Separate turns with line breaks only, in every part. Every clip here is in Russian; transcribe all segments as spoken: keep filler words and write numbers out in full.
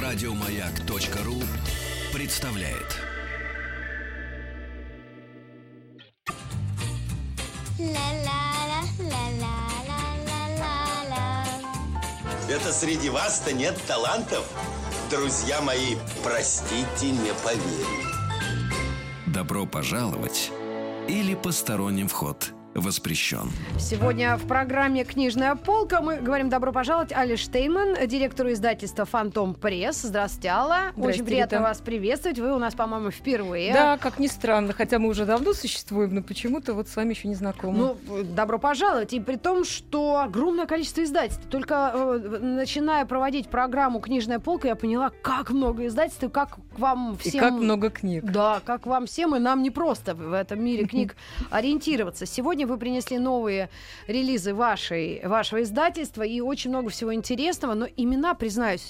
Радиомаяк.ру представляет.
Это среди вас-то нет талантов? Друзья мои, простите, не поверю.
Добро пожаловать или посторонним вход воспрещен.
Сегодня в программе «Книжная полка» мы говорим добро пожаловать Алле Штейман, директору издательства «Фантом Пресс». Здравствуйте, Алла. Очень приятно Рита. Вас приветствовать. Вы у нас, по-моему, впервые.
Да, как ни странно, хотя мы уже давно существуем, но почему-то вот с вами еще не знакомы.
Ну, добро пожаловать. И при том, что огромное количество издательств. Только э, начиная проводить программу «Книжная полка», я поняла, как много издательств, и как вам всем...
И как много книг.
Да, как вам всем, и нам не просто в этом мире книг ориентироваться. Сегодня вы принесли новые релизы вашей, вашего издательства, и очень много всего интересного, но имена, признаюсь,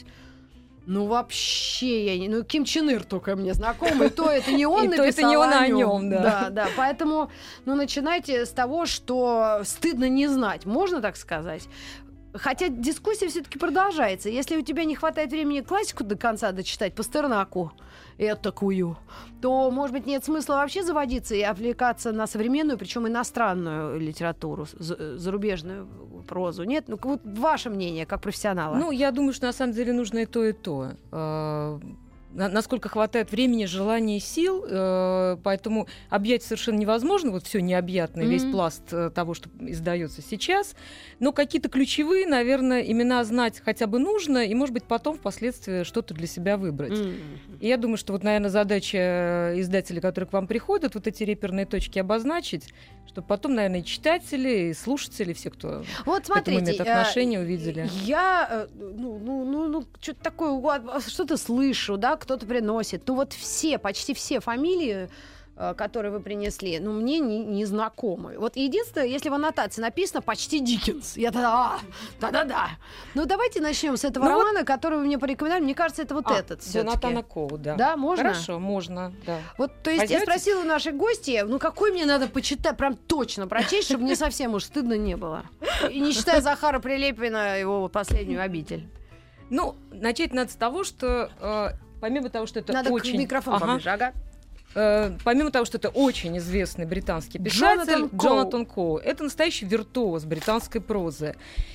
ну вообще я не... Ну, Ким Чен Ир только мне знакомый, то это не он написал,
это не он о нем, да.
Да, да, поэтому, ну, начинайте с того, что стыдно не знать, можно так сказать? Хотя дискуссия все-таки продолжается. Если у тебя не хватает времени классику до конца дочитать, Пастернаку, этакую, то, может быть, нет смысла вообще заводиться и отвлекаться на современную, причем иностранную литературу, зарубежную прозу. Нет? Ну, вот ваше мнение, как профессионала.
Ну, я думаю, что на самом деле нужно и то, и то. Насколько хватает времени, желания и сил, э, поэтому объять совершенно невозможно, вот все необъятное, mm-hmm. весь пласт э, того, что издается сейчас, но какие-то ключевые, наверное, имена знать хотя бы нужно, и, может быть, потом впоследствии что-то для себя выбрать. Mm-hmm. И я думаю, что вот, наверное, задача издателей, которые к вам приходят, вот эти реперные точки обозначить, чтобы потом, наверное, и читатели, и слушатели, все, кто
вот,
к этому имеет отношение,
э,
увидели.
Я, ну, ну, ну, ну что-то такое, что-то слышу, да, кто-то приносит. Ну вот все, почти все фамилии, которые вы принесли, ну мне не, не знакомы. Вот единственное, если в аннотации написано «почти Диккенс», я тогда, да-да-да. Ну давайте начнем с этого ну романа, вот... который вы мне порекомендовали. Мне кажется, это вот а, этот
Джонатана Коу, да.
Да, можно?
Хорошо, можно, да.
Вот, то есть Пойдёте? Я спросила у нашей гости, ну какой мне надо почитать, прям точно прочесть, чтобы мне совсем уж стыдно не было. И не считая Захара Прилепина, его последнюю обитель.
Ну, начать надо с того, что э, помимо того, что это
надо
очень...
Надо к микрофону
ага.
поближе, ага.
Uh, помимо того, что это очень известный британский писатель Джонатан Коу. Джонатан Коу, это настоящий виртуоз британской прозы.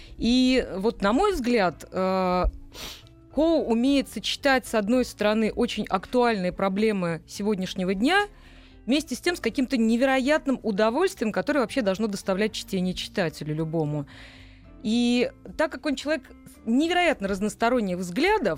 И вот, на мой взгляд, uh, Коу умеет сочетать, с одной стороны, очень актуальные проблемы сегодняшнего дня, вместе с тем, с каким-то невероятным удовольствием, которое вообще должно доставлять чтение читателю любому. И так как он человек невероятно разносторонних взглядов,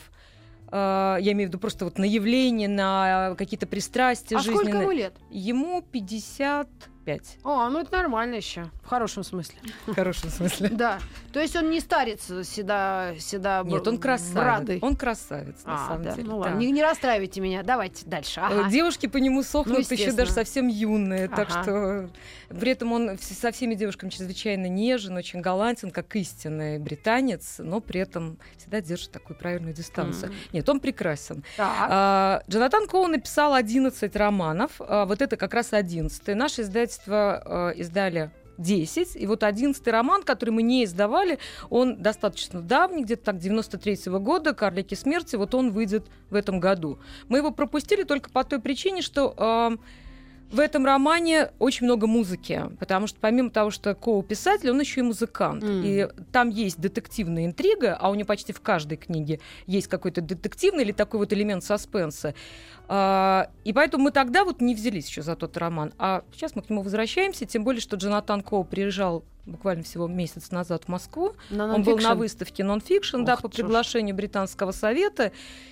я имею в виду просто вот на явление, на какие-то пристрастия
а
жизненные.
А сколько ему лет?
Ему пятьдесят пять.
О, ну это нормально еще, в хорошем смысле.
В хорошем смысле.
Да. То есть он не старец седа, седа
Нет, он красавец.
Брадой.
Он красавец, на
а,
самом
да.
деле.
Ну
да.
ладно, не, не расстраивайте меня. Давайте дальше. Ага.
Девушки по нему сохнут,
ну,
еще даже совсем юные.
Ага.
Так что при этом он со всеми девушками чрезвычайно нежен, очень галантен, как истинный британец, но при этом всегда держит такую правильную дистанцию. Mm. Нет, он прекрасен. А, Джонатан Коу написал одиннадцать романов. А, вот это как раз одиннадцатый. Наше издательство а, издали десять. И вот одиннадцатый роман, который мы не издавали, он достаточно давний, где-то так девяносто третьего года, «Карлики смерти», вот он выйдет в этом году. Мы его пропустили только по той причине, что э, в этом романе очень много музыки, потому что помимо того, что Коу писатель, он еще и музыкант. Mm. И там есть детективная интрига, а у него почти в каждой книге есть какой-то детективный или такой вот элемент саспенса. Uh, и поэтому мы тогда вот не взялись еще за тот роман. А сейчас мы к нему возвращаемся, тем более, что Джонатан Коу приезжал буквально всего месяц назад в Москву. Он был на выставке «Нон-фикшн», да, по приглашению Британского совета.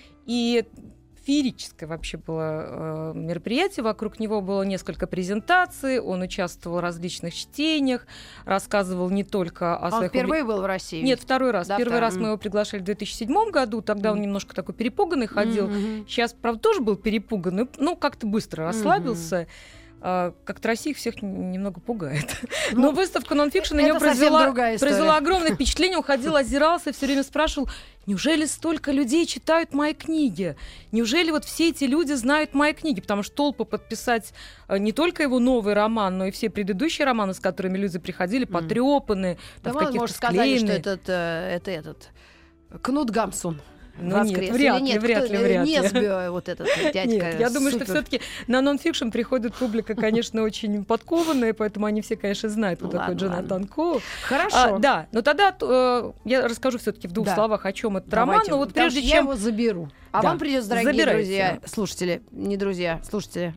И феерическое вообще было э, мероприятие. Вокруг него было несколько презентаций. Он участвовал в различных чтениях, рассказывал не только о
он
своих...
Он впервые был в России?
Нет, второй раз.
Да,
Первый
да.
раз мы его приглашали в две тысячи седьмом году. Тогда mm. он немножко такой перепуганный ходил. Mm-hmm. Сейчас, правда, тоже был перепуганный, но как-то быстро расслабился. Mm-hmm. Как-то Россия их всех немного пугает. Ну, но выставка «Нон-фикшн» на него произвела, произвела огромное впечатление. Он ходил, озирался, все время спрашивал: неужели столько людей читают мои книги? Неужели вот все эти люди знают мои книги? Потому что толпа подписать не только его новый роман, но и все предыдущие романы, с которыми люди приходили, потрепанные,
да,
в каких-то
может сказать, что
склеенные.
этот, это этот Кнут Гамсун.
Ну
воскрес?
нет, вряд ли,
нет,
вряд
кто,
ли, вряд ли.
Несби, вот этот дядька.
Нет, я думаю,
супер.
что все-таки на нон-фикшн приходит публика, конечно, очень подкованная, поэтому они все, конечно, знают, кто
Ну,
такой
ладно,
Джонатан Коул.
Хорошо.
А, да, но тогда э, я расскажу все-таки в двух
Да.
словах, о чем этот
Давайте,
роман. Но вот
потому
прежде
что
чем...
я его заберу. А
Да.
вам придется, дорогие
Забирайте.
друзья, слушатели, не друзья, слушатели,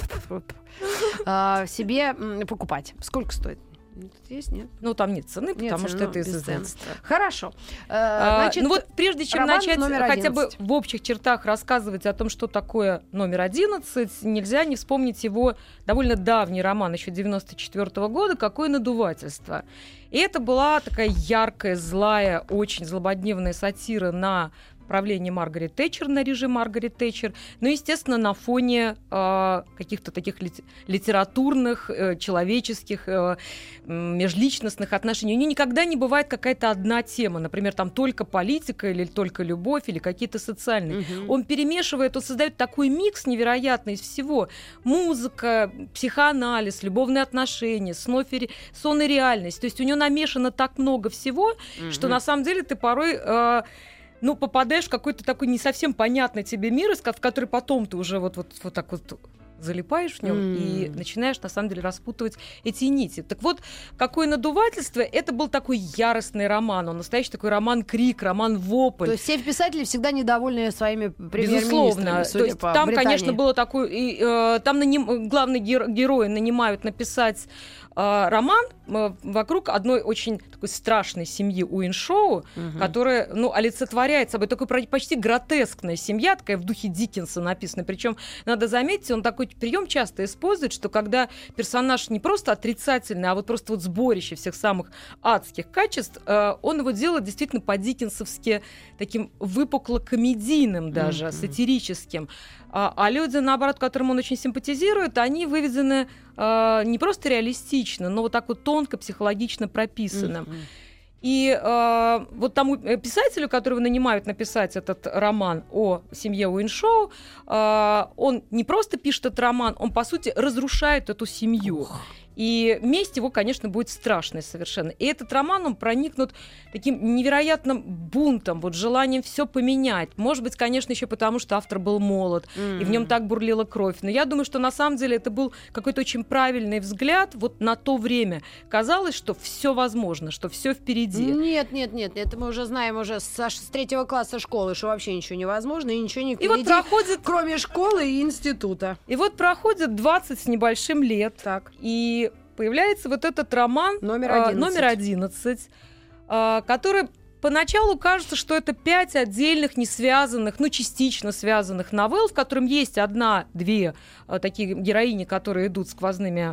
а, себе м, покупать. Сколько стоит? Тут есть, нет?
Ну, там нет цены, потому
Нет цены,
что
ну,
это из
без цены.
издательства.
Хорошо. Э,
А,
Значит,
ну вот прежде чем
роман
начать
номер
хотя бы
одиннадцать.
в общих чертах рассказывать о том, что такое номер одиннадцать, нельзя не вспомнить его довольно давний роман еще девяносто четвёртого года «Какое надувательство». И это была такая яркая, злая, очень злободневная сатира на правление Маргарет Тэтчер, на режим Маргарет Тэтчер, но, естественно, на фоне э, каких-то таких лит- литературных, э, человеческих, э, межличностных отношений. У нее никогда не бывает какая-то одна тема, например, там только политика или только любовь или какие-то социальные.
Мгм.
Он перемешивает, он создает такой микс невероятный из всего. Музыка, психоанализ, любовные отношения, сон и, сон и реальность. То есть у него намешано так много всего,
Мгм.
что на самом деле ты порой... э, ну, попадаешь в какой-то такой не совсем понятный тебе мир, в который потом ты уже вот, вот, вот так вот залипаешь в нем
Mm.
и начинаешь, на самом деле, распутывать эти нити. Так вот, «Какое надувательство» — это был такой яростный роман. Он настоящий такой роман-крик, роман-вопль.
То есть все писатели всегда недовольны своими премьер-министрами,
Безусловно.
судя
То есть
по
там,
Британии.
конечно, было такое... И, э, там наним, главный гер, герои нанимают написать э, роман э, вокруг одной очень такой страшной семьи Уиншоу,
Мгм.
которая, ну, олицетворяет собой такой про- почти гротескная семья, такая в духе Диккенса написана. Причем, надо заметить, он такой прием часто использует, что когда персонаж не просто отрицательный, а вот просто вот сборище всех самых адских качеств, э, он его делает действительно по-диккенсовски таким выпукло-комедийным даже,
Мгм.
сатирическим. А, а люди, наоборот, которым он очень симпатизирует, они выведены э, не просто реалистично, но вот так вот тонко, психологично прописанным.
Мгм.
И э, вот тому э, писателю, которого нанимают написать этот роман о семье Уиншоу, э, он не просто пишет этот роман, он, по сути, разрушает эту семью.
Ух.
И месть его, конечно, будет страшной совершенно. И этот роман, он проникнут таким невероятным бунтом, вот желанием все поменять. Может быть, конечно, еще потому, что автор был молод, и в нем так бурлила кровь. Но я думаю, что на самом деле это был какой-то очень правильный взгляд вот на то время. Казалось, что все возможно, что все впереди.
Нет, нет, нет, это мы уже знаем уже с, аж с третьего класса школы, что вообще ничего невозможно и ничего не
И
впереди,
вот проходит,
кроме школы и института.
и вот проходит двадцать с небольшим лет,
Так.
и появляется вот этот роман
Номер
а,
одиннадцать.
номер одиннадцать, а, который поначалу кажется, что это пять отдельных, не связанных, ну, частично связанных новелл, в котором есть одна-две э, такие героини, которые идут сквозными,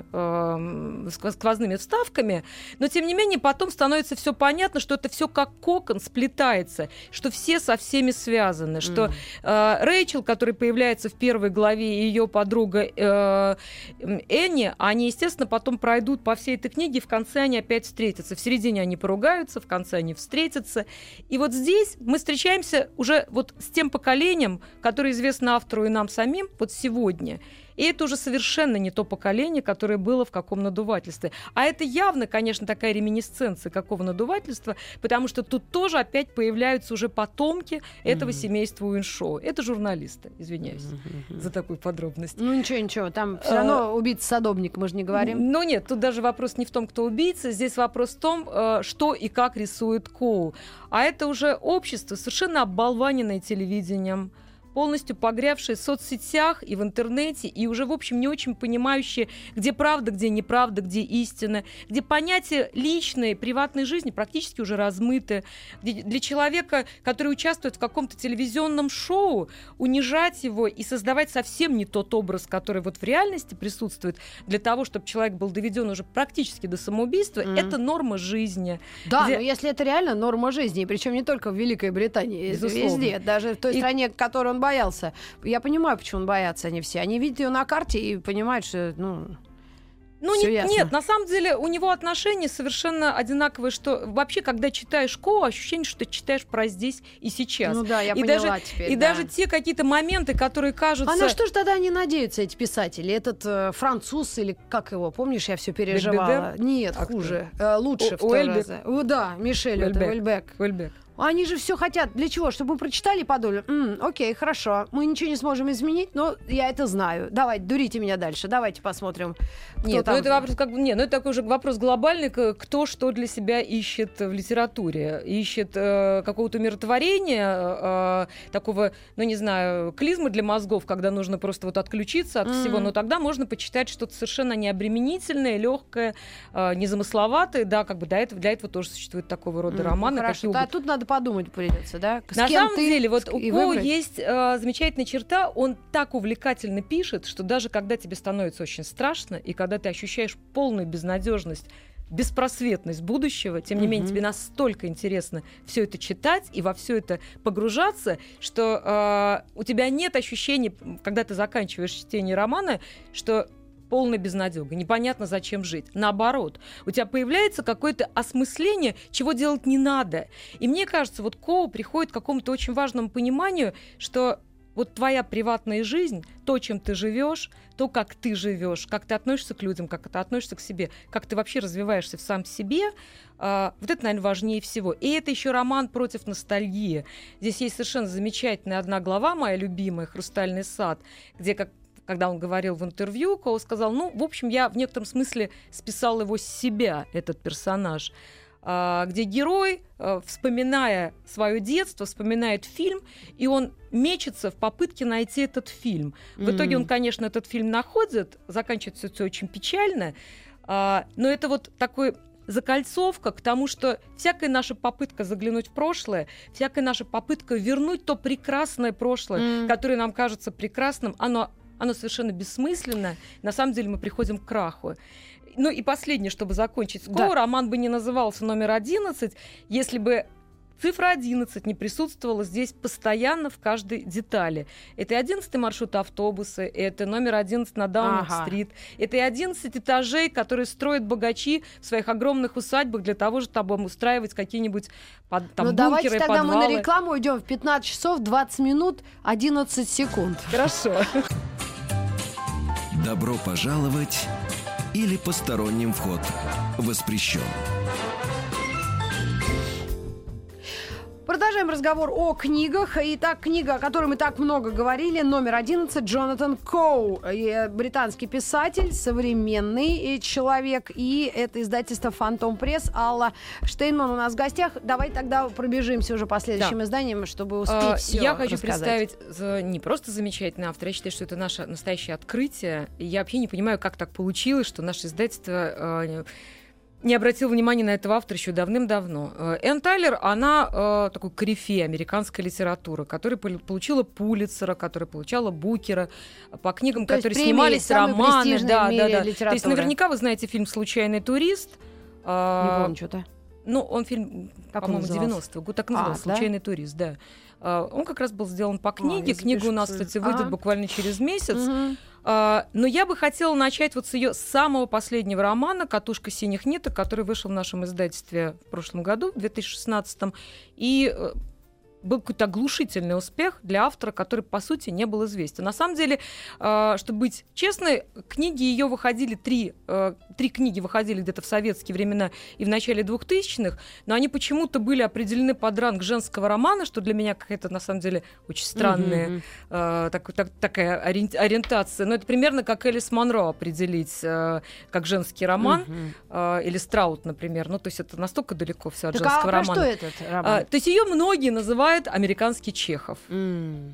э, сквоз- сквозными вставками, но, тем не менее, потом становится все понятно, что это все как кокон сплетается, что все со всеми связаны, что э, Рэйчел, которая появляется в первой главе, и ее подруга э, Энни, они, естественно, потом пройдут по всей этой книге, и в конце они опять встретятся. В середине они поругаются, в конце они встретятся. И вот здесь мы встречаемся уже вот с тем поколением, которое известно автору и нам самим вот сегодня. И это уже совершенно не то поколение, которое было в «Каком надувательстве». А это явно, конечно, такая реминисценция «Какого надувательства», потому что тут тоже опять появляются уже потомки этого
Мгм.
семейства Уиншоу. Это журналисты, извиняюсь за такую подробность.
Ну ничего, ничего, там все равно убийца-садовник, мы же не говорим.
Но нет, тут даже вопрос не в том, кто убийца, здесь вопрос в том, э, что и как рисует Коул. А это уже общество, совершенно оболваненное телевидением, полностью погрявшие в соцсетях и в интернете, и уже, в общем, не очень понимающие, где правда, где неправда, где истина, где понятия личной, приватной жизни практически уже размыты, где для человека, который участвует в каком-то телевизионном шоу, унижать его и создавать совсем не тот образ, который вот в реальности присутствует, для того, чтобы человек был доведен уже практически до самоубийства,
Мгм.
это норма жизни.
Да,
где-
но если это реально норма жизни, и причем не только в Великой Британии,
Безусловно.
везде, даже в той
И-
стране, которой он боялся. Я понимаю, почему он боятся, они все. Они видят ее на карте и понимают, что, ну...
Ну,
Всё
не-
ясно.
нет, на самом деле у него отношения совершенно одинаковые, что вообще, когда читаешь Коу, ощущение, что ты читаешь про здесь и сейчас.
Ну да, я
и
поняла
даже,
теперь,
и
да.
даже те какие-то моменты, которые кажутся...
А на что же тогда они надеются, эти писатели? Этот э, француз или как его, помнишь, я все переживала?
Бекбедер?
Нет,
А кто?
хуже. Э, лучше
О-
в два
Уэльбек?
раза. О, да, Мишель, это
Уэльбек.
Уэльбек.
Уэльбек.
Они же все хотят. Для чего? Чтобы мы прочитали и подумали, М, окей, хорошо, мы ничего не сможем изменить, но я это знаю. Давайте, дурите меня дальше. Давайте посмотрим, кто
нет,
там...
ну это вопрос, как бы, нет, ну это такой уже вопрос глобальный, кто что для себя ищет в литературе. Ищет э, какого-то умиротворения, э, такого, ну не знаю, клизмы для мозгов, когда нужно просто вот отключиться от mm-hmm. всего, но тогда можно почитать что-то совершенно необременительное, легкое, э, незамысловатое, да, как бы для этого, для этого тоже существует такого рода mm-hmm. романы.
Хорошо, да, тут надо подумать придется, да? С
На
кем
самом
ты
деле, вот у Коу
выбрать?
есть э, замечательная черта, он так увлекательно пишет, что даже когда тебе становится очень страшно, и когда ты ощущаешь полную безнадежность, беспросветность будущего, тем не mm-hmm. менее тебе настолько интересно все это читать и во все это погружаться, что э, у тебя нет ощущения, когда ты заканчиваешь чтение романа, что полная безнадёга, непонятно, зачем жить. Наоборот, у тебя появляется какое-то осмысление, чего делать не надо. И мне кажется, вот Коу приходит к какому-то очень важному пониманию, что вот твоя приватная жизнь, то, чем ты живешь, то, как ты живешь, как ты относишься к людям, как ты относишься к себе, как ты вообще развиваешься в сам себе, э, вот это, наверное, важнее всего. И это еще роман против ностальгии. Здесь есть совершенно замечательная одна глава, моя любимая, «Хрустальный сад», где, как когда он говорил в интервью, Коу сказал, ну, в общем, я в некотором смысле списал его с себя, этот персонаж, где герой, вспоминая свое детство, вспоминает фильм, и он мечется в попытке найти этот фильм. В mm-hmm. итоге он, конечно, этот фильм находит, заканчивается все очень печально, но это вот такой... закольцовка к тому, что всякая наша попытка заглянуть в прошлое, всякая наша попытка вернуть то прекрасное прошлое, mm. которое нам кажется прекрасным, оно, оно совершенно бессмысленно. На самом деле мы приходим к краху. Ну и последнее, чтобы закончить. Коу, да. Роман бы не назывался «Номер одиннадцать», если бы цифра одиннадцать не присутствовала здесь постоянно в каждой детали. Это и одиннадцатый маршрут автобуса, это номер одиннадцать на Даунинг-стрит, ага. это и одиннадцать этажей, которые строят богачи в своих огромных усадьбах для того, чтобы устраивать какие-нибудь под, там,
ну,
бункеры,
давайте тогда
подвалы.
Мы на рекламу уйдем в пятнадцать часов двадцать минут одиннадцать секунд.
Хорошо.
Добро пожаловать или посторонним вход воспрещен.
Продолжаем разговор о книгах. Итак, книга, о которой мы так много говорили, номер одиннадцать, Джонатан Коу, британский писатель, современный человек, и это издательство «Фантом Пресс». Алла Штейнман у нас в гостях. Давай тогда пробежимся уже по следующим да. изданиям, чтобы успеть а, все
Я хочу
рассказать.
представить не просто замечательный автор, я считаю, что это наше настоящее открытие. И я вообще не понимаю, как так получилось, что наше издательство... не обратил внимания на этого автора еще давным-давно. Энн Тайлер, она э, такой корифей американской литературы, которая получила Пулитцера, которая получала Букера по книгам, то которые снимались романы. Да, да, да. То есть наверняка вы знаете фильм «Случайный турист».
Не помню что-то.
Ну, он фильм, как по-моему, девяностого года, так назывался, а, «Случайный да? турист», да. Uh, он как раз был сделан по книге. А, Книга у нас, кстати, выйдет а? буквально через месяц. Угу. Uh, но я бы хотела начать вот с ее самого последнего романа «Катушка синих ниток», который вышел в нашем издательстве в прошлом году, в две тысячи шестнадцатом. И uh, был какой-то оглушительный успех для автора, который, по сути, не был известен. На самом деле, э, чтобы быть честной, книги ее выходили, три, э, три книги выходили где-то в советские времена и в начале двухтысячных, но они почему-то были определены под ранг женского романа, что для меня какая-то, на самом деле, очень странная mm-hmm. э, так, так, такая ориентация. Но это примерно как Элис Монро определить э, как женский роман, mm-hmm. э, или Страут, например. Ну, то есть это настолько далеко все от так женского
а
романа.
Что этот роман?
Э, то есть ее многие называют американский Чехов.
Mm.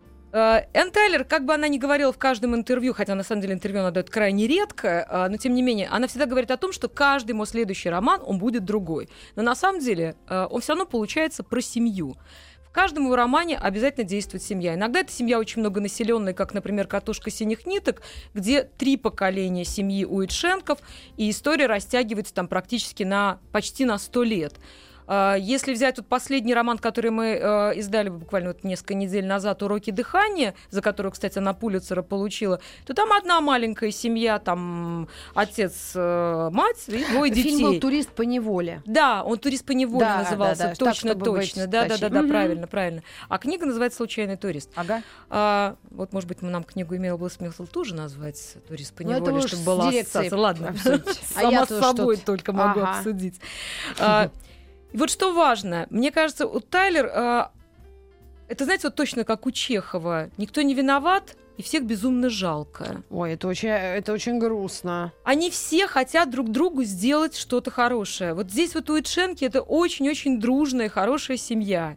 Энн Тайлер, как бы она ни говорила в каждом интервью, хотя на самом деле интервью она дает крайне редко, но тем не менее, она всегда говорит о том, что каждый мой следующий роман, он будет другой. Но на самом деле он все равно получается про семью. В каждом его романе обязательно действует семья. Иногда эта семья очень многонаселенная, как, например, «Катушка синих ниток», где три поколения семьи Уитшенков, и история растягивается там практически на, почти на сто лет. Если взять вот последний роман, который мы э, издали буквально вот несколько недель назад, «Уроки дыхания», за который, кстати, она Пулитцера получила, то там одна маленькая семья, там отец, э, мать и двое детей.
Фильм был «Турист по неволе».
Да, он «Турист по неволе» да, назывался,
да, да,
точно,
так,
точно. Да, да, да, да,
угу.
правильно, правильно. А книга называется «Случайный турист».
Ага.
А, вот, может быть, мы нам книгу имела бы смысл тоже назвать «Турист по неволе», чтобы была ассоциация. Ладно, сама с собой только могу обсудить. И вот что важно, мне кажется, у Тайлер, э, это, знаете, вот точно как у Чехова, никто не виноват, и всех безумно жалко.
Ой, это очень, это очень грустно.
Они все хотят друг другу сделать что-то хорошее. Вот здесь вот у Итшенки это очень-очень дружная, хорошая семья.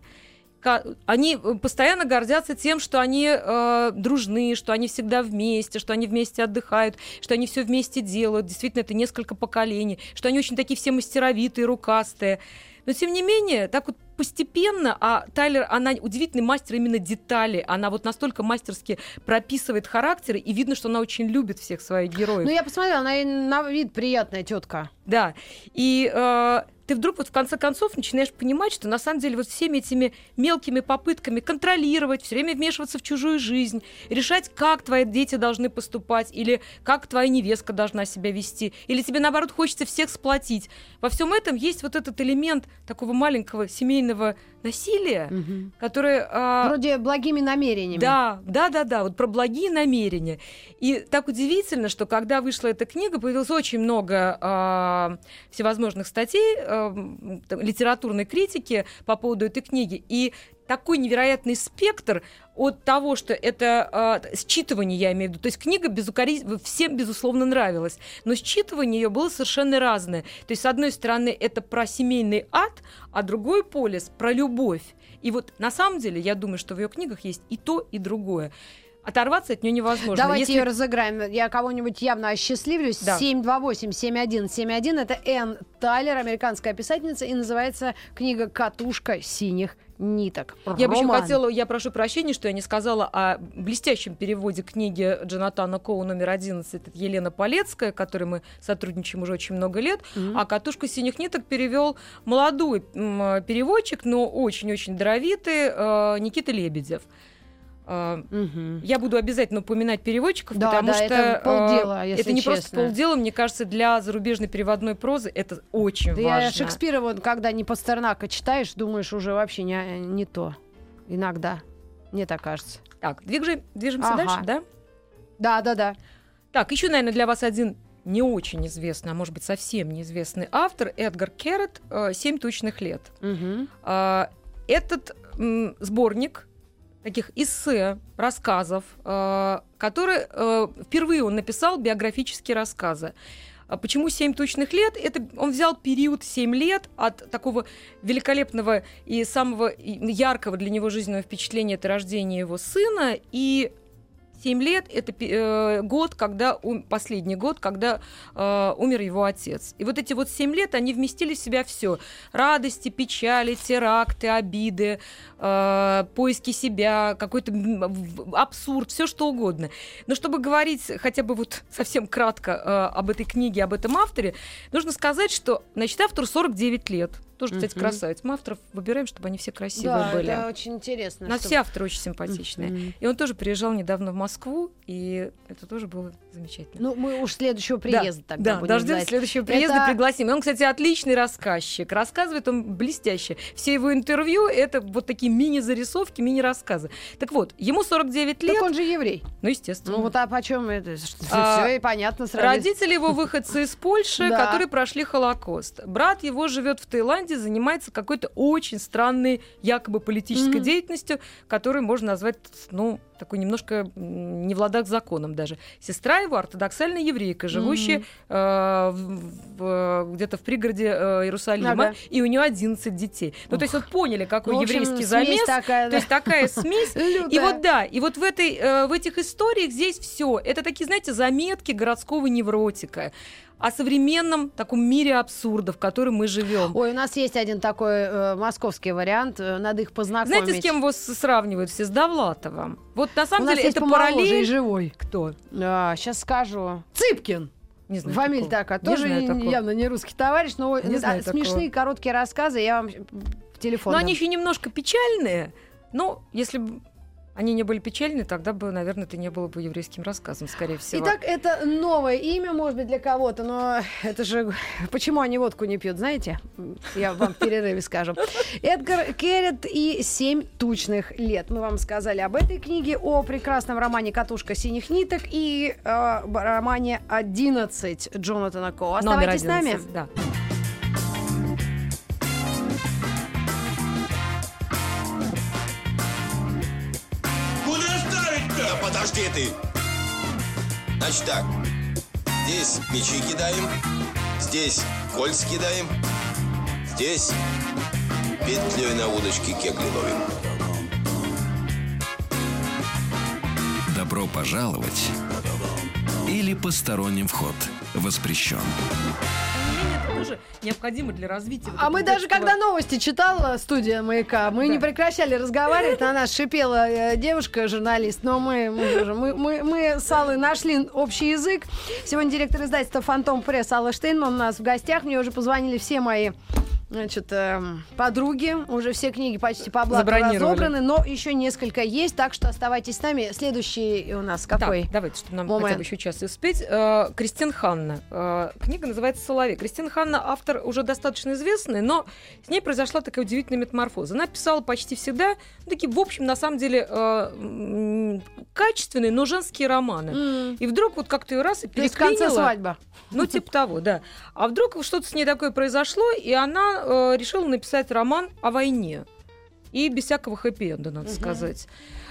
Они постоянно гордятся тем, что они э, дружны, что они всегда вместе, что они вместе отдыхают, что они все вместе делают. Действительно, это несколько поколений, что они очень такие все мастеровитые, рукастые. Но, тем не менее, так вот постепенно, а Тайлер, она удивительный мастер именно деталей, она вот настолько мастерски прописывает характеры, и видно, что она очень любит всех своих героев.
Ну, я посмотрела, она и на вид приятная тетка.
Да, и э, ты вдруг вот в конце концов начинаешь понимать, что на самом деле вот всеми этими мелкими попытками контролировать, все время вмешиваться в чужую жизнь, решать, как твои дети должны поступать, или как твоя невестка должна себя вести, или тебе, наоборот, хочется всех сплотить. Во всем этом есть вот этот элемент такого маленького семейного насилия, угу. которое... Э,
Вроде благими намерениями.
Да, да, да, да, вот про благие намерения. И так удивительно, что когда вышла эта книга, появилось очень много э, всевозможных статей, э, литературной критики по поводу этой книги. И такой невероятный спектр от того, что это э, считывание, я имею в виду, то есть книга безукоризненно, всем, безусловно, нравилась, но считывание ее было совершенно разное. То есть, с одной стороны, это про семейный ад, а другой полюс про любовь. И вот на самом деле, я думаю, что в ее книгах есть и то, и другое. Оторваться от нее невозможно.
Давайте
Если...
ее разыграем. Я кого-нибудь явно осчастливлюсь.
Да.
семь два восемь семь один семь один. Это Энн Тайлер, американская писательница, и называется книга «Катушка синих ниток».
Я бы еще хотела, я прошу прощения, что я не сказала о блестящем переводе книги Джонатана Коу номер одиннадцать. Это Елена Полецкая, с которой мы сотрудничаем уже очень много лет. Mm-hmm. А «Катушку синих ниток» перевел молодой м, переводчик, но очень-очень даровитый, э, Никита Лебедев. Uh-huh. Я буду обязательно упоминать переводчиков,
да,
потому
да,
что
это полдела, если
это не
честно.
просто полдела, мне кажется, для зарубежной переводной прозы это очень
да
важно.
Я Шекспира, вот, когда не Пастернака читаешь, думаешь, уже вообще не, не то. Иногда. Мне так кажется.
Так, движем, движемся
ага.
дальше, да?
Да, да, да.
Так, еще, наверное, для вас один не очень известный, а может быть, совсем неизвестный автор Эдгар Керрет «Семь тучных лет».
Uh-huh.
Этот м, сборник таких эссе, рассказов, э, которые э, впервые он написал биографические рассказы. Почему «Семь тучных лет»? Это он взял период семь лет от такого великолепного и самого яркого для него жизненного впечатления, это рождение его сына, и семь лет — это э, год, когда ум, последний год, когда э, умер его отец. И вот эти вот семь лет, они вместили в себя все: радости, печали, теракты, обиды, э, поиски себя, какой-то абсурд, все что угодно. Но чтобы говорить хотя бы вот совсем кратко э, об этой книге, об этом авторе, нужно сказать, что, значит, автору сорок девять лет. Тоже, кстати, uh-huh. красавец. Мы авторов выбираем, чтобы они все красивые
да,
были.
Да, это очень интересно.
У нас
чтобы...
все авторы очень симпатичные. Uh-huh. И он тоже приезжал недавно в Москву, и это тоже было замечательно.
Ну, мы уж следующего приезда
да,
тогда
да,
будем
дождемся
ждать.
следующего приезда,
это...
пригласим. И он, кстати, отличный рассказчик. Рассказывает он блестяще. Все его интервью — это вот такие мини-зарисовки, мини-рассказы. Так вот, ему сорок девять лет.
Так он же еврей.
Ну, естественно.
Ну, вот а почем это?
А,
все и понятно сразу.
Родители его выходцы из Польши, которые прошли Холокост. Брат его живет в Таиланде, занимается как какой-то очень странной якобы политической mm-hmm. деятельностью, которую можно назвать, ну, такой немножко не в ладах с законом даже. Сестра его ортодоксальная еврейка, живущая mm-hmm. э, в, в, где-то в пригороде э, Иерусалима, ага. и у нее одиннадцать детей. Ну, Ух. То есть вот поняли, какой ну, еврейский общем, замес. Такая, да. То есть такая смесь. И вот да, и вот в, этой, э, в этих историях здесь все. Это такие, знаете, заметки городского невротика о современном таком мире абсурда, в котором мы живем.
Ой, у нас есть один такой э, московский вариант, э, надо их познакомить.
Знаете, с кем его сравнивают все? С Довлатовым. Вот на самом
у
деле
нас
это
есть
параллель.
Живой.
Кто?
А, сейчас скажу. Цыпкин.
Не знаю.
Фамилия такая. Тоже не, явно не русский товарищ, но
не
да, смешные короткие рассказы. Я вам в телефон.
Но
дам.
они еще немножко печальные. Но если бы они не были печальны, тогда бы, наверное, это не было бы еврейским рассказом, скорее всего.
Итак, это новое имя, может быть, для кого-то, но это же... Почему они водку не пьют, знаете? Я вам в перерыве скажу. Эдгар Керрет и «Семь тучных лет». Мы вам сказали об этой книге, о прекрасном романе «Катушка синих ниток» и э, романе «одиннадцать» Джонатана Коу. Оставайтесь с нами.
Да.
подожди ты! Значит так, здесь мячи кидаем, здесь кольца кидаем, здесь петлей на удочке кегли ловим.
Добро пожаловать или посторонним вход воспрещен.
Это тоже необходимо для развития.
А мы даже, когда новости читала студия «Маяка», мы да. не прекращали разговаривать, на нас шипела э, девушка-журналист, но мы, мы, мы, мы, мы с Аллой нашли общий язык. Сегодня директор издательства «Фантом Пресс» Алла Штейнман у нас в гостях. Мне уже позвонили все мои Значит, э, подруги, уже все книги почти по блату разобраны, но еще несколько есть, так что оставайтесь с нами. Следующий у нас какой?
Да, давайте, чтобы нам
момент.
хотя бы еще час успеть. Э, Кристин Ханна. Э, книга называется «Соловей». Кристин Ханна автор уже достаточно известный, но с ней произошла такая удивительная метаморфоза. Она писала почти всегда, ну, такие, в общем, на самом деле, э, качественные, но женские романы. Mm. И вдруг вот как-то ее раз и переклинило.
То есть в конце свадьба.
Ну, типа того, да. А вдруг что-то с ней такое произошло, и она э, решила написать роман о войне. И без всякого хэппи-энда, надо uh-huh. сказать.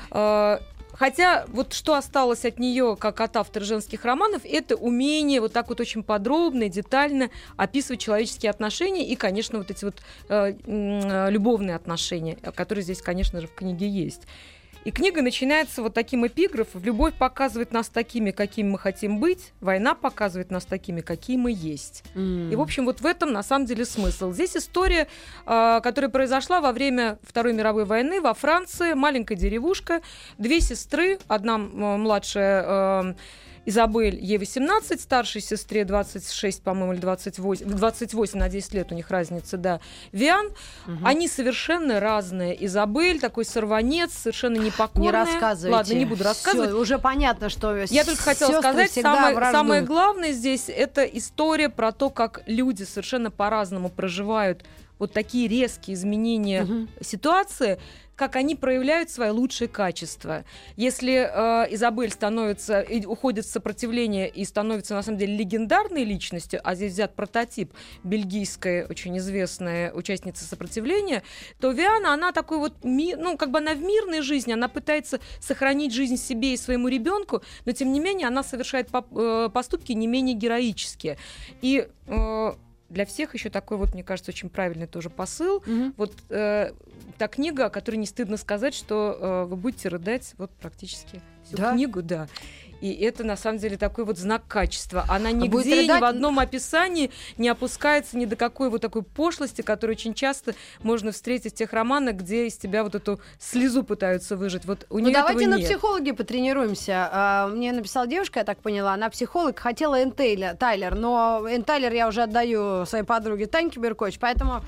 Э, хотя вот что осталось от нее, как от автора женских романов, это умение вот так вот очень подробно и детально описывать человеческие отношения и, конечно, вот эти вот э, э, любовные отношения, которые здесь, конечно же, в книге есть. И книга начинается вот таким эпиграфом. Любовь показывает нас такими, какими мы хотим быть. Война показывает нас такими, какие мы есть. Mm. И, в общем, вот в этом на самом деле смысл. Здесь история, э, которая произошла во время Второй мировой войны во Франции. Маленькая деревушка. Две сестры. Одна э, младшая... Э, Изабель, ей восемнадцать, старшей сестре двадцать шесть, по-моему, или двадцать восемь, двадцать восемь на десять лет у них разница, да. Виан, угу. Они совершенно разные. Изабель, такой сорванец, совершенно непокорная.
Не рассказывайте.
Ладно, не буду рассказывать.
Всё, уже понятно, что
я только хотела сказать, самое, самое главное здесь, это история про то, как люди совершенно по-разному проживают вот такие резкие изменения угу. ситуации, как они проявляют свои лучшие качества. Если э, Изабель становится, и уходит в сопротивление и становится, на самом деле, легендарной личностью, а здесь взят прототип, бельгийская, очень известная участница сопротивления, то Виана, она такой вот, ми, ну, как бы она в мирной жизни, она пытается сохранить жизнь себе и своему ребенку, но, тем не менее, она совершает по, э, поступки не менее героические. И... Э, для всех еще такой вот, мне кажется, очень правильный тоже посыл. Mm-hmm. Вот э, та книга, о которой не стыдно сказать, что э, вы будете рыдать вот практически всю да? книгу, да. И это, на самом деле, такой вот знак качества. Она нигде, ни в одном описании не опускается ни до какой вот такой пошлости, которую очень часто можно встретить в тех романах, где из тебя вот эту слезу пытаются выжать. Вот у
ну,
нее
давайте
этого
на
нет.
психологии потренируемся. А, мне написала девушка, я так поняла, она психолог, хотела Энн Тейлер, Тайлер, но Энн Тайлер я уже отдаю своей подруге Таньке Беркович, поэтому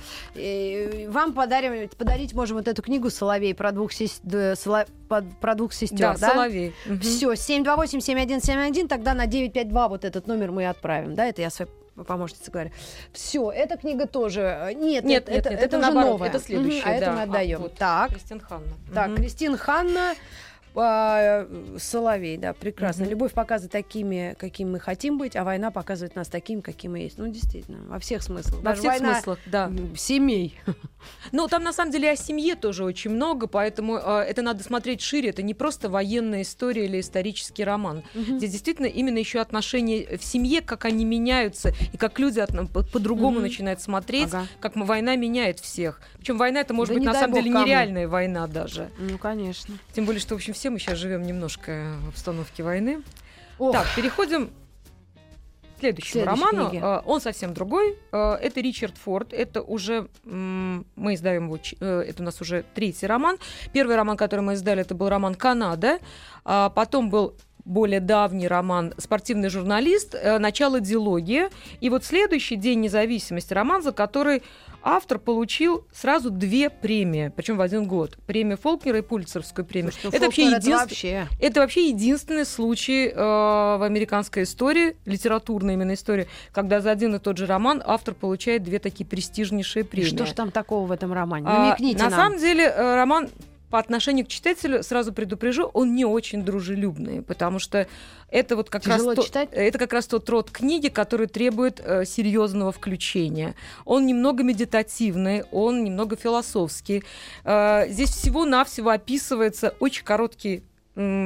э, вам подарим, подарить можем вот эту книгу «Соловей» про двух, сестер, про двух сестер.
Да,
да?
«Соловей». Угу.
Все, семь два восемь семь один семь один, тогда на девять пять два вот этот номер мы отправим, да, это я своей помощнице говорю. Все, эта книга тоже... Нет,
нет,
это,
нет,
это,
нет,
это,
это
уже
наоборот,
новая.
это следующее,
угу, а
да.
это мы отдаем.
А, вот,
так.
Кристин Ханна.
Так,
угу.
Кристин Ханна, э, «Соловей», да, прекрасно.
Угу.
Любовь показывает такими, какими мы хотим быть, а война показывает нас такими, какими мы есть. Ну, действительно, во всех смыслах.
Во
Даже
всех
война
смыслах, да.
Семей.
Ну, там, на самом деле, о семье тоже очень много, поэтому э, это надо смотреть шире. Это не просто военная история или исторический роман. Угу. Здесь действительно именно еще отношения в семье, как они меняются, и как люди от, по- по-другому угу. начинают смотреть, ага. как война меняет всех. Причем война, это может да быть, на самом деле, кому. нереальная война даже.
Ну, конечно.
Тем более, что, в общем, все мы сейчас живем немножко в обстановке войны.
Ох.
Так, переходим... Следующему роману. Uh, он совсем другой. Uh, это Ричард Форд. Это уже um, мы издаем его. Uh, это у нас уже третий роман. Первый роман, который мы издали, это был роман «Канада». Uh, потом был более давний роман «Спортивный журналист», uh, «Начало дилогии». И вот следующий «День независимости» роман, за который автор получил сразу две премии, причем в один год. Премию Фолкнера и Пулитцеровскую премию.
Слушай,
это, вообще
это,
един...
вообще...
это вообще единственный случай э, в американской истории, литературной именно истории, когда за один и тот же роман автор получает две такие престижнейшие премии.
И что ж там такого в этом романе? Намекните
а,
нам.
На самом деле э, роман... По отношению к читателю, сразу предупрежу, он не очень дружелюбный, потому что это вот как раз, то, это как раз тот род книги, который требует э, серьезного включения. Он немного медитативный, он немного философский. Э, здесь всего-навсего описывается очень короткий э,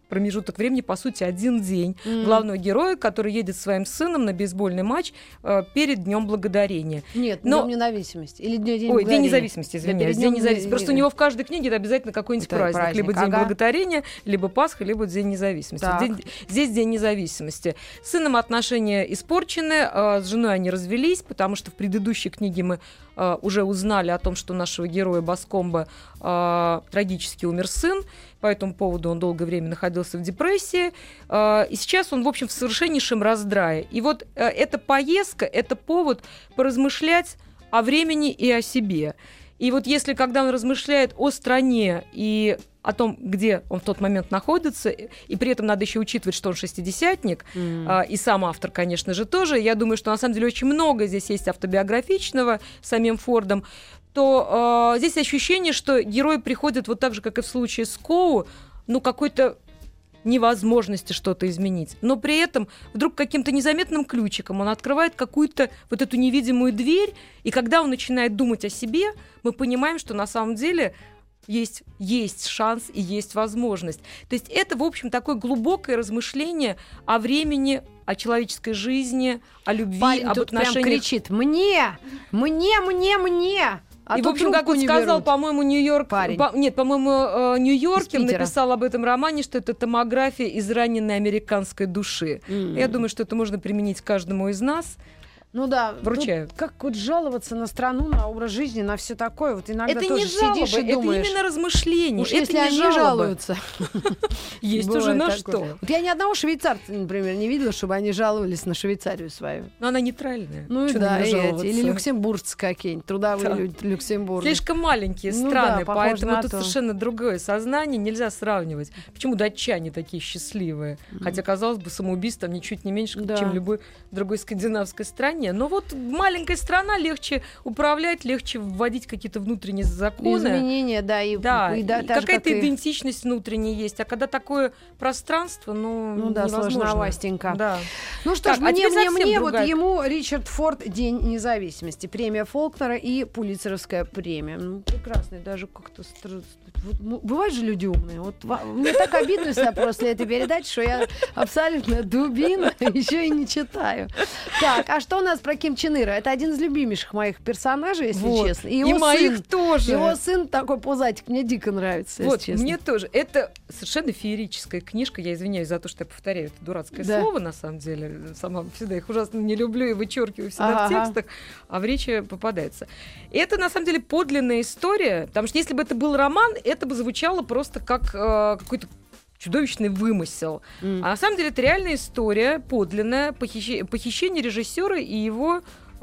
промежуток времени, по сути, один день mm. главного героя, который едет со своим сыном на бейсбольный матч э, перед Днем Благодарения.
Нет, Но... Днем независимости. Или День
Ой, День независимости, извиняюсь. День независимости. Просто у него в каждой книге это обязательно какой-нибудь это праздник. праздник. Либо День ага. Благодарения, либо Пасха, либо День независимости. День, здесь День независимости. С сыном отношения испорчены, э, с женой они развелись, потому что в предыдущей книге мы э, уже узнали о том, что у нашего героя Баскомбо э, трагически умер сын. По этому поводу он долгое время находился в депрессии. Э, и сейчас он, в общем, в совершеннейшем раздрае. И вот э, эта поездка — это повод поразмышлять о времени и о себе. И вот если, когда он размышляет о стране и о том, где он в тот момент находится, и при этом надо еще учитывать, что он шестидесятник, mm. а, и сам автор, конечно же, тоже, я думаю, что на самом деле очень много здесь есть автобиографичного с самим Фордом, то а, здесь ощущение, что герой приходит вот так же, как и в случае с Коу, ну, какой-то невозможности что-то изменить. Но при этом вдруг каким-то незаметным ключиком он открывает какую-то вот эту невидимую дверь, и когда он начинает думать о себе, мы понимаем, что на самом деле есть, есть шанс и есть возможность. То есть это, в общем, такое глубокое размышление о времени, о человеческой жизни, о любви,
Парень
об
тут
отношениях.
Прям кричит: «Мне! Мне! Мне! Мне!» А
и, в общем, как он сказал,
вернуть.
по-моему, Нью-Йорк... По, нет, по-моему, Нью-Йоркер написал об этом романе, что это томография израненной американской души. Mm. Я думаю, что это можно применить каждому из нас.
Ну да,
вручаю.
Как вот жаловаться на страну, на образ жизни, на все такое. Вот иногда
это
тоже
не жалобы,
сидишь и думаешь.
Это именно размышления.
Уж если они
жалобы.
жалуются.
Есть уже на что.
Вот я ни одного швейцарца, например, не видела, чтобы они жаловались на Швейцарию свою.
Но она нейтральная.
Ну да, или люксембуржцы какие-нибудь, трудовые люди Люксембурга.
Слишком маленькие страны, поэтому тут совершенно другое сознание, нельзя сравнивать. Почему датчане такие счастливые? Хотя, казалось бы, самоубийство ничуть не меньше, чем в любой другой скандинавской стране. Но вот маленькая страна, легче управлять, легче вводить какие-то внутренние законы.
Изменения, да. И,
да,
и, да,
и какая-то как идентичность и... внутренняя есть. А когда такое пространство, ну,
ну да,
невозможно.
Сложновастенько.
Да.
Ну что
так,
ж, мне,
а
мне, мне,
другая...
вот ему Ричард Форд «День независимости», премия Фолкнера и Пулитцеровская премия. Ну, прекрасный, даже как-то... Вот, бывают же люди умные. Вот, мне так обидно всегда после этой передачи, что я абсолютно дубина, еще и не читаю. Так, а что у нас про Ким Чен Ира? Это один из любимейших моих персонажей, если
вот.
честно.
И, и моих сын, тоже.
Его сын такой пузатик, мне дико нравится,
вот,
если честно.
Мне тоже. Это совершенно феерическая книжка. Я извиняюсь за то, что я повторяю это дурацкое да. слово, на самом деле. Сама всегда их ужасно не люблю и вычеркиваю всегда ага. в текстах, а в речи попадается. Это, на самом деле, подлинная история, потому что если бы это был роман, это бы звучало просто как э, какой-то чудовищный вымысел. Mm. А на самом деле это реальная история, подлинная, похищ... похищение режиссера и его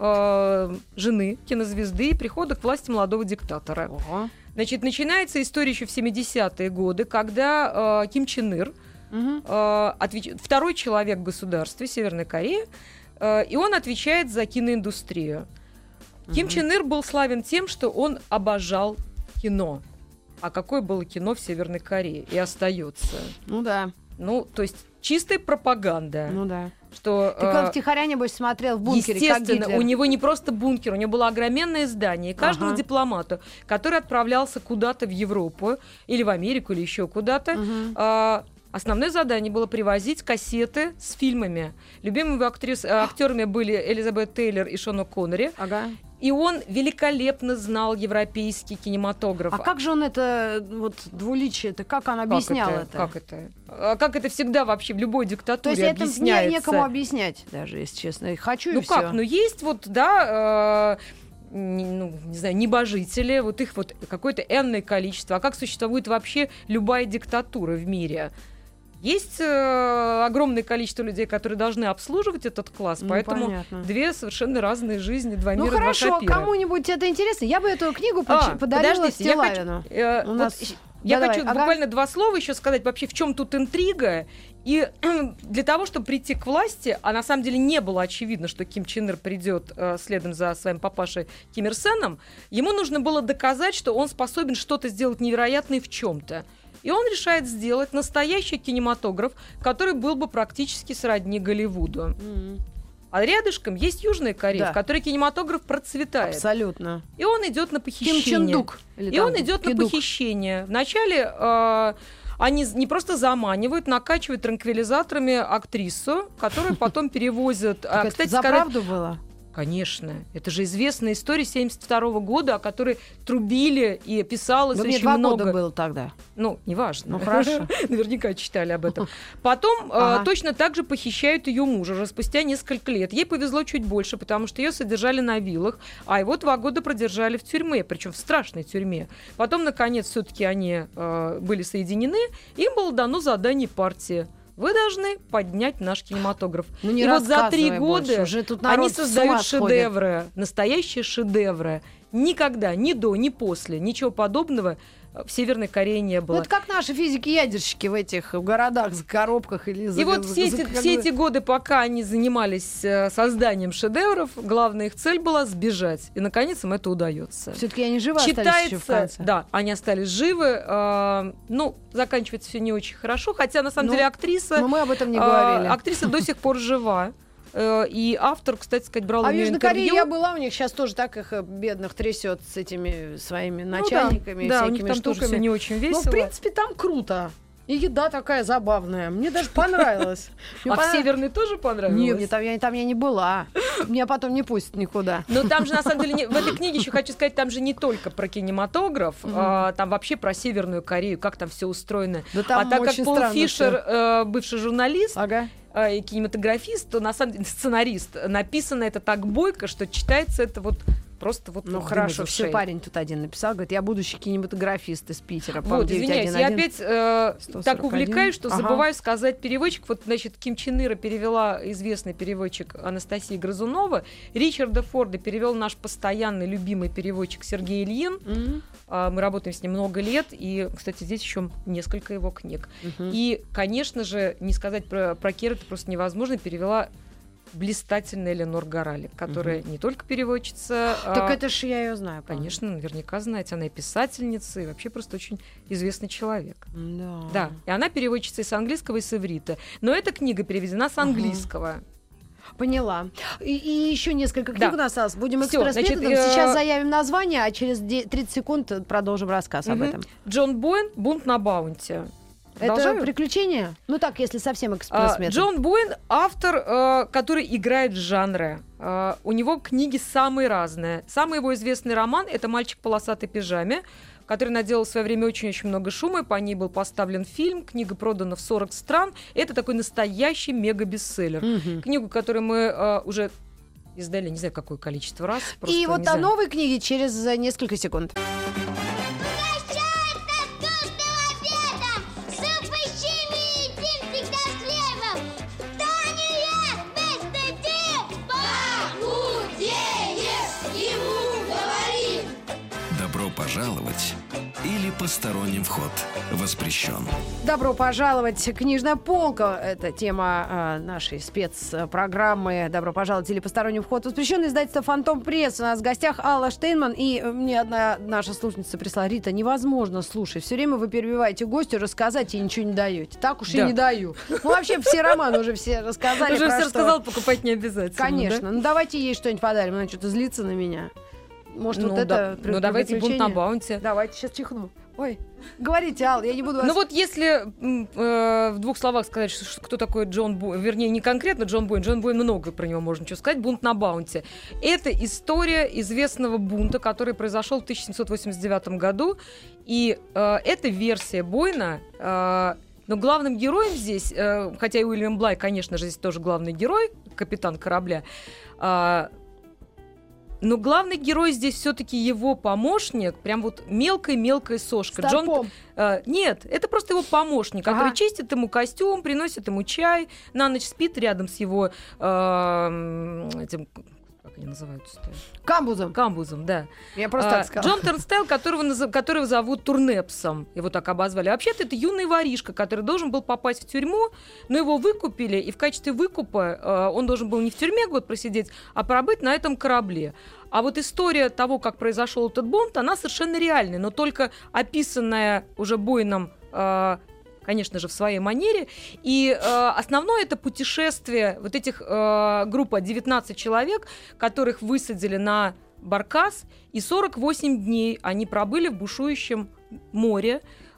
э, жены, кинозвезды, и прихода к власти молодого диктатора. Uh-huh. Значит, начинается история еще в семидесятые годы, когда э, Ким Чен Ир, uh-huh. э, отвеч... второй человек в государстве Северной Кореи, э, и он отвечает за киноиндустрию. Uh-huh. Ким Чен Ир был славен тем, что он обожал кино. А какое было кино в Северной Корее и остается?
Ну да.
Ну, то есть чистая пропаганда.
Ну да.
Что,
Ты как э, втихаря, небось, смотрел в бункере,
естественно,
как
у него не просто бункер, у него было огроменное здание. И каждому ага. дипломату, который отправлялся куда-то в Европу или в Америку, или еще куда-то, ага. э, основное задание было привозить кассеты с фильмами. Любимыми актрис, актерами были Элизабет Тейлор и Шон Коннери.
Ага.
И он великолепно знал европейский кинематограф.
А как же он это, вот, двуличие-то, как он объяснял
как это?
это?
Как это? А как это всегда вообще в любой диктатуре
объясняется? То есть это
не,
некому объяснять даже, если честно. Хочу
ну
и
как?
всё.
Ну есть вот, да... Э- Не, ну, не знаю, небожители, вот их вот какое-то энное количество. А как существует вообще любая диктатура в мире? Есть э, огромное количество людей, которые должны обслуживать этот класс, ну, поэтому понятно. Две совершенно разные жизни, два
ну,
мира,
хорошо,
два шапира.
Кому-нибудь это интересно? Я бы эту книгу
а,
подарила Стилавину.
Я хочу, э,
нас...
вот, я
да,
хочу
давай.
буквально
ага.
два слова еще сказать вообще, в чем тут интрига. И для того, чтобы прийти к власти, а на самом деле не было очевидно, что Ким Чен Ир придет э, следом за своим папашей Ким Ир Сеном, ему нужно было доказать, что он способен что-то сделать невероятное в чем-то. И он решает сделать настоящий кинематограф, который был бы практически сродни Голливуду. Mm-hmm. А рядышком есть Южная Корея, да. в которой кинематограф процветает.
Абсолютно.
И он идет на похищение.
Ким Чен Дук.
И он идет на похищение. Вначале э, Они не просто заманивают, накачивают транквилизаторами актрису, которую потом перевозят.
А, кстати, за сказать... правду было?
Конечно. Это же известная история семьдесят второго года, о которой трубили и писалось
ну,
очень
два
много.
года было тогда.
Ну, неважно.
Ну, хорошо.
Наверняка читали об этом. Потом ага. э, точно так же похищают ее мужа уже спустя несколько лет. Ей повезло чуть больше, потому что ее содержали на виллах, а его два года продержали в тюрьме, причем в страшной тюрьме. Потом, наконец, все-таки они э, были соединены, им было дано задание партии. Вы должны поднять наш кинематограф.
Ну, не
и вот за три года
уже тут
они создают шедевры, настоящие шедевры. Никогда, ни до, ни после, ничего подобного в Северной Корее не было.
Ну, это как наши физики-ядерщики в этих в городах, в коробках или за...
И вот все, за, эти, за... все эти годы, пока они занимались э, созданием шедевров, главная их цель была сбежать. И, наконец, им это удается.
Все-таки они живы
Считается,
остались еще в Франции?
Да, они остались живы. Э, ну, заканчивается все не очень хорошо. Хотя, на самом ну, деле, актриса...
Но мы об этом не говорили.
Э, актриса до сих пор жива. И автор, кстати сказать, брал
а
у нее интервью.
А в Южной Корее я была, у них сейчас тоже так их бедных трясет с этими своими начальниками,
ну, да,
всякими
да, у них там
штуками.
Тоже все не очень весело.
Но, в принципе, там круто. И еда такая забавная. Мне даже понравилось.
А в Северной тоже понравилось?
Нет, там я, там я не была. Меня потом не пустят никуда.
Но там же, на самом деле, в этой книге еще хочу сказать, там же не только про кинематограф, а, там вообще про Северную Корею, как там все устроено.
Да там
а так как Пол Фишер, э, бывший журналист,
ага.
э, и кинематографист, то на самом деле сценарист, написано это так бойко, что читается это вот просто вот...
Ну хорошо, все, парень тут один написал, говорит, я будущий кинематографист из Питера.
Вот, извиняюсь, я опять э, так увлекаюсь, что ага. забываю сказать переводчик. Вот, значит, Ким Чен Ира перевела известный переводчик Анастасия Грызунова. Ричарда Форда перевел наш постоянный любимый переводчик Сергей Ильин. Mm-hmm. А, мы работаем с ним много лет, и, кстати, здесь еще несколько его книг. Mm-hmm. И, конечно же, не сказать про, про Кир это просто невозможно, перевела блистательная Эленор Горалик, которая угу. не только переводчица.
Так
а...
это же я ее знаю.
Конечно, по-моему. Наверняка знаете. Она и писательница, и вообще просто очень известный человек.
Да.
Да. И она переводчица и с английского, и с иврита. Но эта книга переведена с английского.
Угу. Поняла. И, и еще несколько книг да. у нас осталось. Будем экспресс-методом.
Э...
Сейчас заявим название, а через тридцать секунд продолжим рассказ угу. об этом.
Джон Бойн «Бунт на Баунти».
Это приключение? Ну так, если совсем экспресс-метод.
Джон Бойн — автор, э, который играет в жанры. Э, у него книги самые разные. Самый его известный роман — это «Мальчик в полосатой пижаме», который наделал в свое время очень-очень много шума, по ней был поставлен фильм, книга продана в сорок стран. Это такой настоящий мега-бестселлер. Mm-hmm. Книгу, которую мы э, уже издали, не знаю, какое количество раз.
И вот о новой книге через несколько секунд.
Пожаловать или посторонним вход воспрещен.
Добро пожаловать. Книжная полка. Это тема э, нашей спецпрограммы. Добро пожаловать или посторонним вход воспрещен. Издательство «Фантом Пресс». У нас в гостях Алла Штейнман. И мне одна наша слушательница прислала: Рита, невозможно слушать. Все время вы перебиваете гостю, рассказать и ничего не даете. Так уж да. и не даю. Ну, вообще, все романы уже все рассказали.
Уже все рассказал, покупать не обязательно.
Конечно. Ну, давайте ей что-нибудь подарим. Она что-то злится на меня. Может,
ну,
вот
да,
это...
Ну, давайте «Бунт на Баунти».
Давайте, сейчас чихну. Ой, говорите, Ал, я не буду вас...
Ну, вот если э, в двух словах сказать, что, что, кто такой Джон Бойн, вернее, не конкретно Джон Бойн, Джон Бойн много про него можно что сказать, «Бунт на Баунти». Это история известного бунта, который произошел в тысяча семьсот восемьдесят девятом году, и э, это версия Бойна... Э, но главным героем здесь, э, хотя и Уильям Блай, конечно же, здесь тоже главный герой, капитан корабля, э, но главный герой здесь все-таки его помощник, прям вот мелкая-мелкая сошка. Джон, э, нет, это просто его помощник, который ага. чистит ему костюм, приносит ему чай, на ночь спит рядом с его э, этим... Как они называются-то?
Камбузом.
Камбузом, да.
Я просто а, так сказала.
Джон Тернстайл, которого, которого зовут Турнепсом. Его так обозвали. А вообще-то это юный воришка, который должен был попасть в тюрьму, но его выкупили, и в качестве выкупа э, он должен был не в тюрьме год просидеть, а пробыть на этом корабле. А вот история того, как произошел этот бунт, она совершенно реальная, но только описанная уже Бойном, э, конечно же, в своей манере. И э, основное это путешествие вот этих э, группа девятнадцать человек, которых высадили на баркас, и сорок восемь дней они пробыли в бушующем море,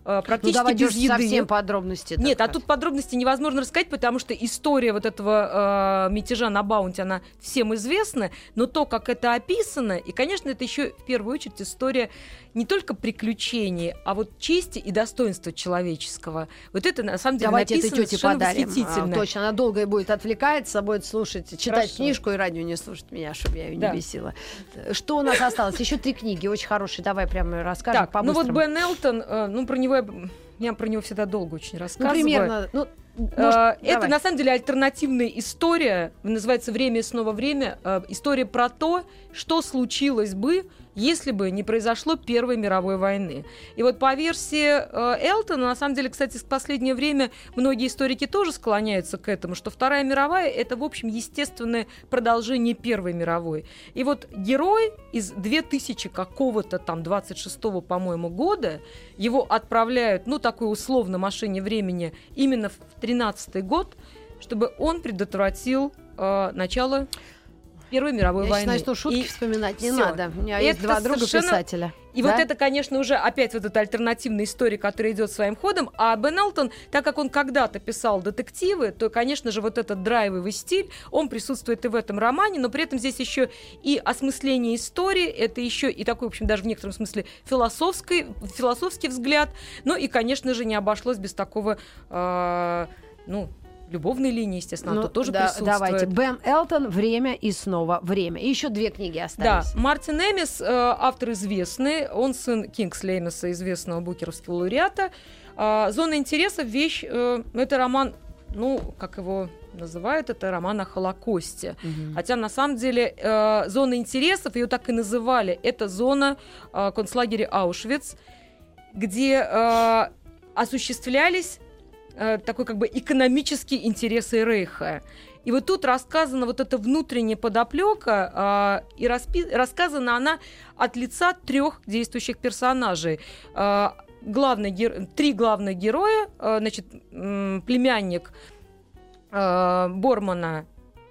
практически
ну, давай
без еды.
Совсем подробности.
Нет,
так.
а тут подробности невозможно рассказать, потому что история вот этого э, мятежа на Баунти, она всем известна, но то, как это описано, и, конечно, это еще в первую очередь история не только приключений, а вот чести и достоинства человеческого. Вот это, на самом деле,
давайте
написано
это тете
совершенно
подарим.
восхитительно.
А, точно, она долго будет отвлекаться, будет слушать, читать
Хорошо.
книжку и радио не слушать меня, чтобы я ее
Да.
не бесила. Что у нас осталось? Еще три книги, очень хорошие. Давай прямо расскажем
Так,
по-быстрому.
ну вот Бен Элтон, э, ну про него я, я про него всегда долго очень
Ну,
рассказываю.
примерно. Ну, может,
Э, это
давай.
на самом деле альтернативная история, называется «Время и снова время». Э, история про то, что случилось бы, если бы не произошло Первой мировой войны. И вот по версии э, Элтона, на самом деле, кстати, в последнее время многие историки тоже склоняются к этому, что Вторая мировая — это, в общем, естественное продолжение Первой мировой. И вот герой из две тысячи какого-то там двадцать шестого, по-моему, года, его отправляют, ну, такой условно машине времени именно в тринадцатый год, чтобы он предотвратил э, начало Первой мировой
Я
войны.
считаю, что шутки
И
вспоминать не
всё.
надо. У меня
Это
есть два друга
совершенно-
писателя.
И
Да?
вот это, конечно, уже опять вот эта альтернативная история, которая идет своим ходом. А Бен Элтон, так как он когда-то писал детективы, то, конечно же, вот этот драйвовый стиль, он присутствует и в этом романе, но при этом здесь еще и осмысление истории, это еще и такой, в общем, даже в некотором смысле философский, философский взгляд. Ну и, конечно же, не обошлось без такого, э, ну, любовной линии, естественно,
Ну,
она тут тоже
да,
присутствует.
давайте. Бен Элтон «Время и снова время». И еще две книги
Да,
остались.
Мартин Эмис, э, автор известный, он сын Кингсли Эмиса, известного букеровского лауреата. Э, «Зона интересов» — вещь, э, это роман, ну, как его называют, это роман о Холокосте.
Мгм.
Хотя, на самом деле, э, «Зона интересов», ее так и называли, это зона э, концлагеря Аушвиц, где э, осуществлялись э, такой как бы экономические интересы Рейха. И вот тут рассказана вот эта внутренняя подоплека, э, и распи- рассказана она от лица трех действующих персонажей. Э, главный гер- три главных героя, э, значит, м, племянник э, Бормана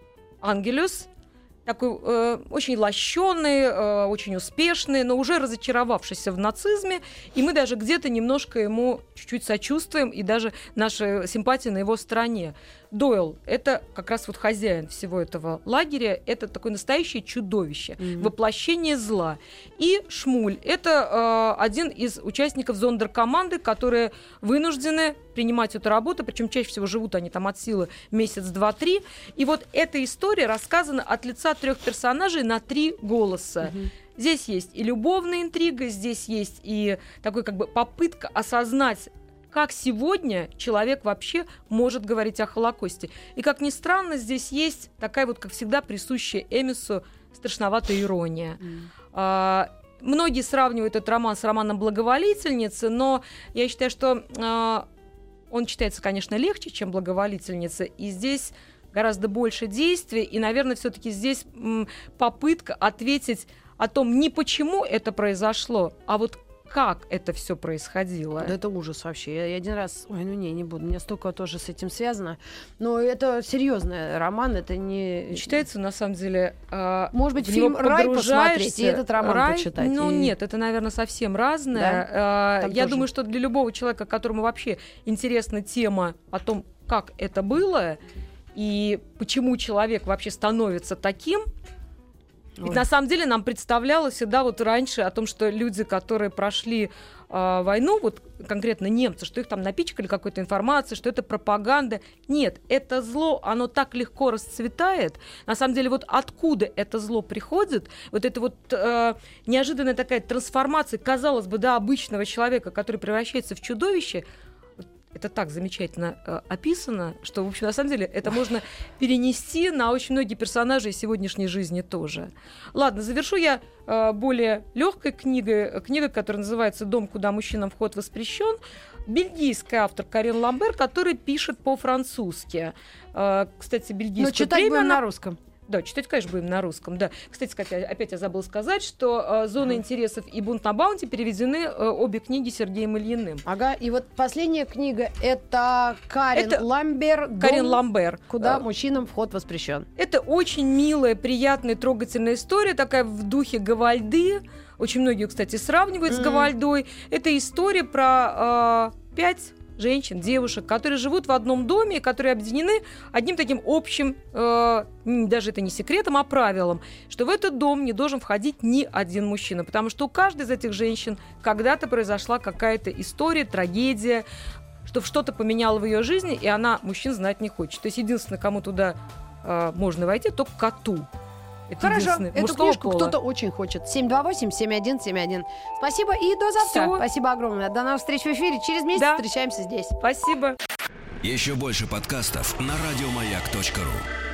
Ангелюс, такой э, очень лощеный, э, очень успешный, но уже разочаровавшийся в нацизме, и мы даже где-то немножко ему чуть-чуть сочувствуем, и даже наша симпатия на его стороне. Дойл — это как раз вот хозяин всего этого лагеря, это такое настоящее чудовище,
Мгм.
воплощение зла. И Шмуль — это э, один из участников зондеркоманды, которые вынуждены принимать эту работу, причем чаще всего живут они там от силы месяц, два, три. И вот эта история рассказана от лица трех персонажей на три голоса.
Мгм.
Здесь есть и любовная интрига, здесь есть и такой как бы попытка осознать, как сегодня человек вообще может говорить о Холокосте. И, как ни странно, здесь есть такая вот, как всегда, присущая Эмису страшноватая ирония.
Мгм.
А, многие сравнивают этот роман с романом «Благоволительницы», но я считаю, что а, он читается, конечно, легче, чем «Благоволительница», и здесь гораздо больше действий, и, наверное, все-таки здесь м, попытка ответить о том, не почему это произошло, а вот как это все происходило.
Да это ужас вообще. Я, я один раз... Ой, ну не, не буду. У меня столько тоже с этим связано. Но это серьезный роман, это не...
Читается, на самом деле... э,
Может быть,
в него
фильм «Рай»
погружаешься.
посмотреть и этот роман
«Рай»,
почитать.
Ну,
и-
нет, это, наверное, совсем разное. Э,
Там
Я
тоже.
думаю, что для любого человека, которому вообще интересна тема о том, как это было, и почему человек вообще становится таким. Ведь
Ой.
на самом деле нам представлялось всегда вот раньше о том, что люди, которые прошли э, войну, вот конкретно немцы, что их там напичкали какой-то информацией, что это пропаганда. Нет, это зло, оно так легко расцветает. На самом деле вот откуда это зло приходит, вот это вот э, неожиданная такая трансформация, казалось бы, да, обычного человека, который превращается в чудовище. Это так замечательно э, описано, что, в общем, на самом деле это можно перенести на очень многие персонажи сегодняшней жизни тоже. Ладно, завершу я э, более легкой книгой, книгой, которая называется «Дом, куда мужчинам вход воспрещен». Бельгийский автор Карен Ламбер, который пишет по-французски. Э, кстати,
Ну,
бельгийское
читать
племя,
будем
она-
на русском.
Да, читать, конечно, будем на русском, да. Кстати, сказать, опять я забыла сказать, что э, «Зона mm. интересов» и «Бунт на Баунти» переведены э, обе книги Сергеем Ильиным.
Ага, и вот последняя книга — это Карен
это
Ламбер.
Карен Ламбер.
Куда мужчинам вход воспрещен.
Это очень милая, приятная, трогательная история, такая в духе Гавальды. Очень многие, кстати, сравнивают mm. с Гавальдой. Это история про э, пять женщин, девушек, которые живут в одном доме, которые объединены одним таким общим, э, даже это не секретом, а правилом, что в этот дом не должен входить ни один мужчина, потому что у каждой из этих женщин когда-то произошла какая-то история, трагедия, что что-то поменяло в ее жизни, и она мужчин знать не хочет. То есть единственное, кому туда э, можно войти, только коту. Это
Хорошо, эту книжку
пола.
кто-то очень хочет. семь два восемь семь один семь один. Спасибо и до завтра.
Всё.
Спасибо огромное. До новых встреч в эфире. Через месяц
да.
встречаемся здесь.
Спасибо.
Еще больше подкастов на радиомаяк точка ру.